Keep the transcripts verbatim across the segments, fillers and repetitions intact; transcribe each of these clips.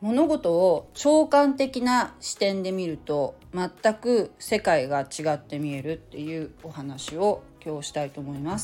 物事を長観的な視点で見ると全く世界が違って見えるっていうお話を今日したいと思います。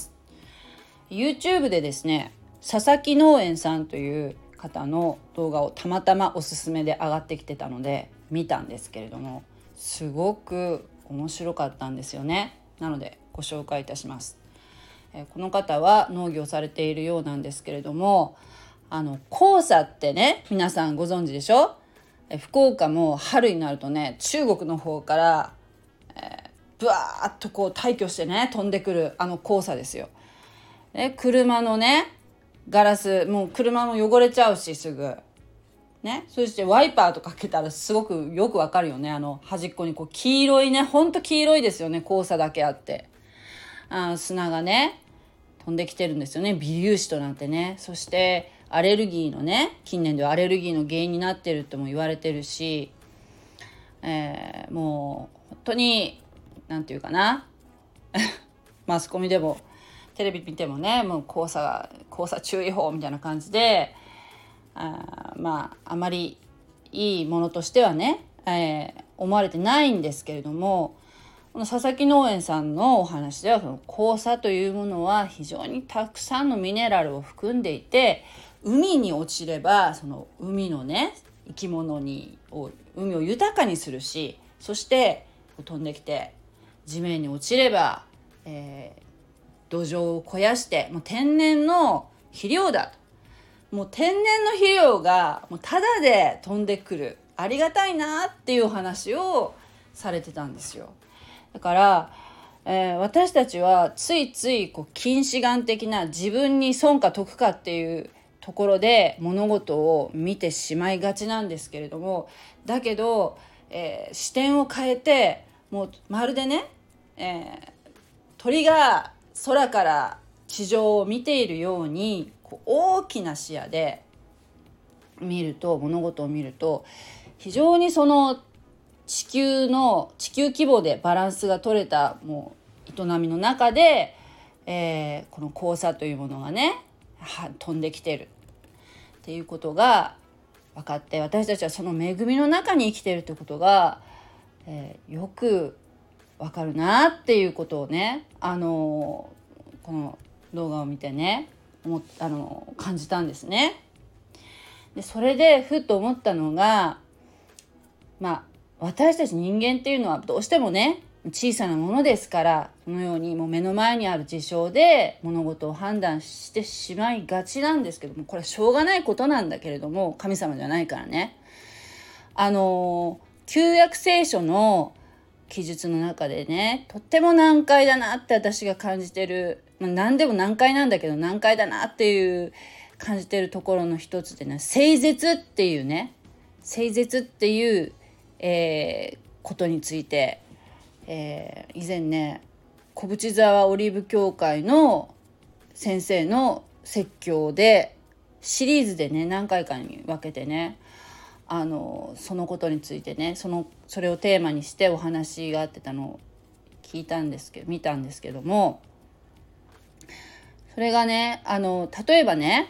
YouTube でですね、佐々木農園さんという方の動画をたまたまおすすめで上がってきてたので見たんですけれども、すごく面白かったんですよね。なのでご紹介いたします。えこの方は農業されているようなんですけれども、あの黄砂ってね、皆さんご存知でしょ。え福岡も春になるとね、中国の方から、えー、ブワーッとこう大挙してね飛んでくるあの黄砂ですよ。ね、車のねガラス、もう車も汚れちゃうしすぐね、そしてワイパーとかけたらすごくよくわかるよね。あの端っこにこう黄色いね、ほんと黄色いですよね。黄砂だけあって、あ砂がね飛んできてるんですよね。微粒子となってね。そしてアレルギーのね、近年ではアレルギーの原因になってるっても言われてるし、えー、もう本当になんていうかなマスコミでもテレビ見てもね、もう黄砂黄砂注意報みたいな感じで、あまああまりいいものとしてはね、えー、思われてないんですけれども、この佐々木農園さんのお話では、その黄砂というものは非常にたくさんのミネラルを含んでいて、海に落ちればその海のね生き物にを海を豊かにするし、そして飛んできて地面に落ちれば、えー、土壌を肥やして、もう天然の肥料だと。もう天然の肥料がもうタダで飛んでくる、ありがたいなっていう話をされてたんですよ。だから、えー、私たちはついついこう近視眼的な、自分に損か得かっていうところで物事を見てしまいがちなんですけれども、だけど、えー、視点を変えて、もうまるでね、えー、鳥が空から地上を見ているようにこう大きな視野で見ると、物事を見ると非常にその地球の地球規模でバランスが取れたもう営みの中で、えー、この黄砂というものがね飛んできてるっていうことが分かって、私たちはその恵みの中に生きているということが、えー、よく分かるなっていうことをね、あのー、この動画を見てね思っあのー、感じたんですね。でそれでふっと思ったのが、まあ私たち人間っていうのはどうしてもね小さなものですから、このようにもう目の前にある事象で物事を判断してしまいがちなんですけども、これはしょうがないことなんだけれども、神様じゃないからね。あの旧約聖書の記述の中でね、とっても難解だなって私が感じてる、まあ、何でも難解なんだけど難解だなっていう感じてるところの一つでね、聖絶っていうね聖絶っていう、えー、ことについて、えー、以前ね小淵沢オリーブ教会の先生の説教でシリーズでね何回かに分けてね、あのそのことについてね、そのそれをテーマにしてお話があってたのを聞いたんですけど見たんですけども、それがね、あの例えばね、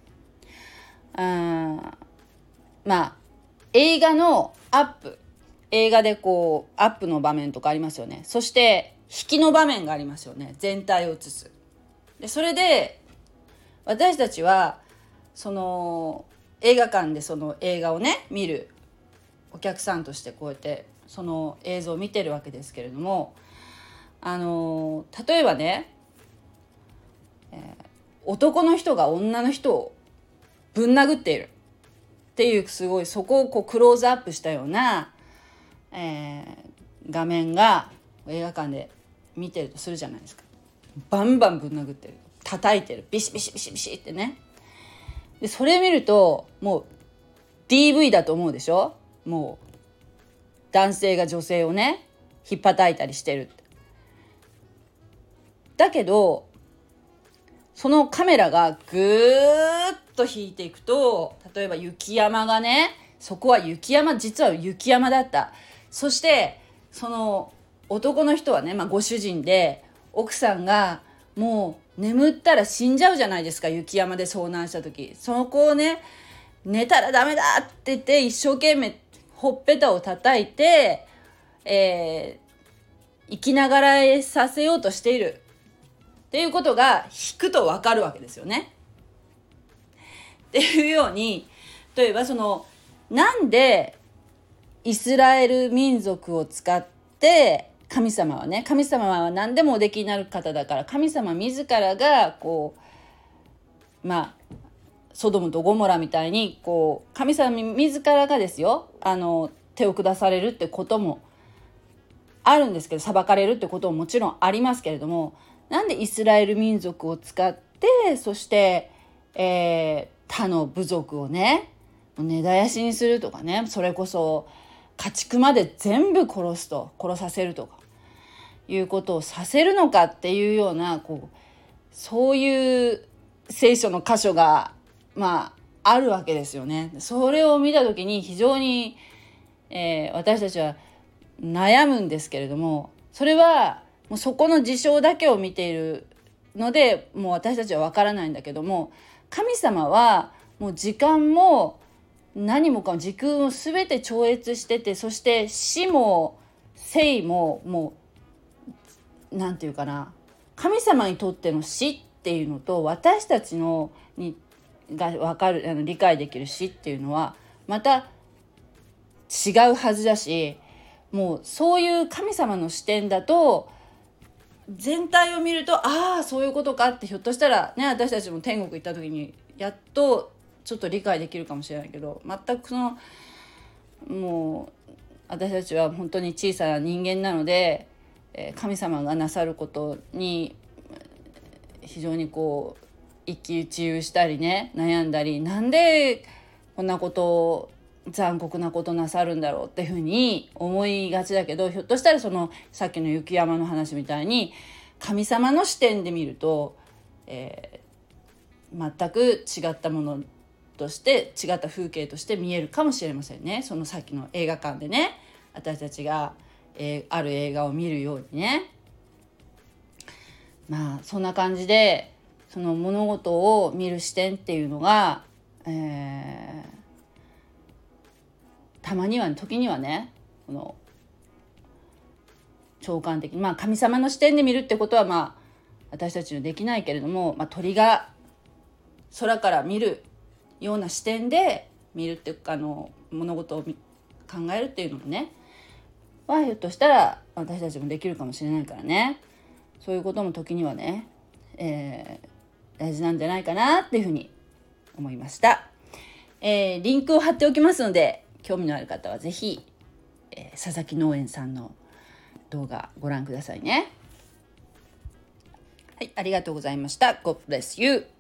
あまあ映画のアップ映画でこうアップの場面とかありますよね。そして引きの場面がありますよね。全体を映す。でそれで私たちはその映画館でその映画をね見るお客さんとしてこうやってその映像を見てるわけですけれども、あの例えばね、えー、男の人が女の人をぶん殴っているっていう、すごいそこをこうクローズアップしたような、えー、画面が映画館で見てるとするじゃないですか。バンバンぶん殴ってる、叩いてる、ビシビシビシビシってね。でそれ見るともう ディーブイ だと思うでしょ。もう男性が女性をねひっぱたいたりしてるって。だけどそのカメラがぐーっと引いていくと、例えば雪山がね、そこは雪山、実は雪山だった。そしてその男の人はね、まあ、ご主人で、奥さんがもう眠ったら死んじゃうじゃないですか、雪山で遭難した時。そこをね寝たらダメだって言って一生懸命ほっぺたを叩いて、えー、生きながらえさせようとしているっていうことが引くとわかるわけですよね。っていうように、例えばそのなんでイスラエル民族を使って神様はね、神様は何でもおできになる方だから、神様自らがこうまあソドムとゴモラみたいにこう神様自らがですよ、あの手を下されるってこともあるんですけど、裁かれるってことももちろんありますけれども、なんでイスラエル民族を使って、そして、えー、他の部族をね根絶やしにするとかね、それこそ家畜まで全部殺すと殺させるとかいうことをさせるのかっていうような、こうそういう聖書の箇所がまああるわけですよね。それを見た時に非常に、えー、私たちは悩むんですけれども、それはもうそこの事象だけを見ているのでもう私たちは分からないんだけども、神様はもう時間も何もかも時空を全て超越してて、そして死も生ももうなんていうかな、神様にとっての死っていうのと私たちのにが分かる、あの理解できる死っていうのはまた違うはずだし、もうそういう神様の視点だと全体を見ると、ああそういうことかって、ひょっとしたらね、私たちも天国行った時にやっとちょっと理解できるかもしれないけど、全くそのもう私たちは本当に小さな人間なので、神様がなさることに非常にこう一喜一憂したりね、悩んだり、なんでこんなことを残酷なことなさるんだろうっていうふうに思いがちだけど、ひょっとしたらそのさっきの雪山の話みたいに神様の視点で見ると、えー、全く違ったものとして違った風景として見えるかもしれませんね。そのさっきの映画館でね、私たちが、えー、ある映画を見るようにね、まあそんな感じでその物事を見る視点っていうのが、えーたまには時にはね、この長官的に、まあ神様の視点で見るってことはまあ私たちにできないけれども、まあ、鳥が空から見るような視点で見るっていうか、あの物事を考えるっていうのもね、まあ、ひょっとしたら私たちもできるかもしれないからね、そういうことも時にはね、えー、大事なんじゃないかなっていうふうに思いました。えー、リンクを貼っておきますので、興味のある方はぜひ、えー、佐々木農園さんの動画ご覧くださいね。はい、ありがとうございました。God bless you.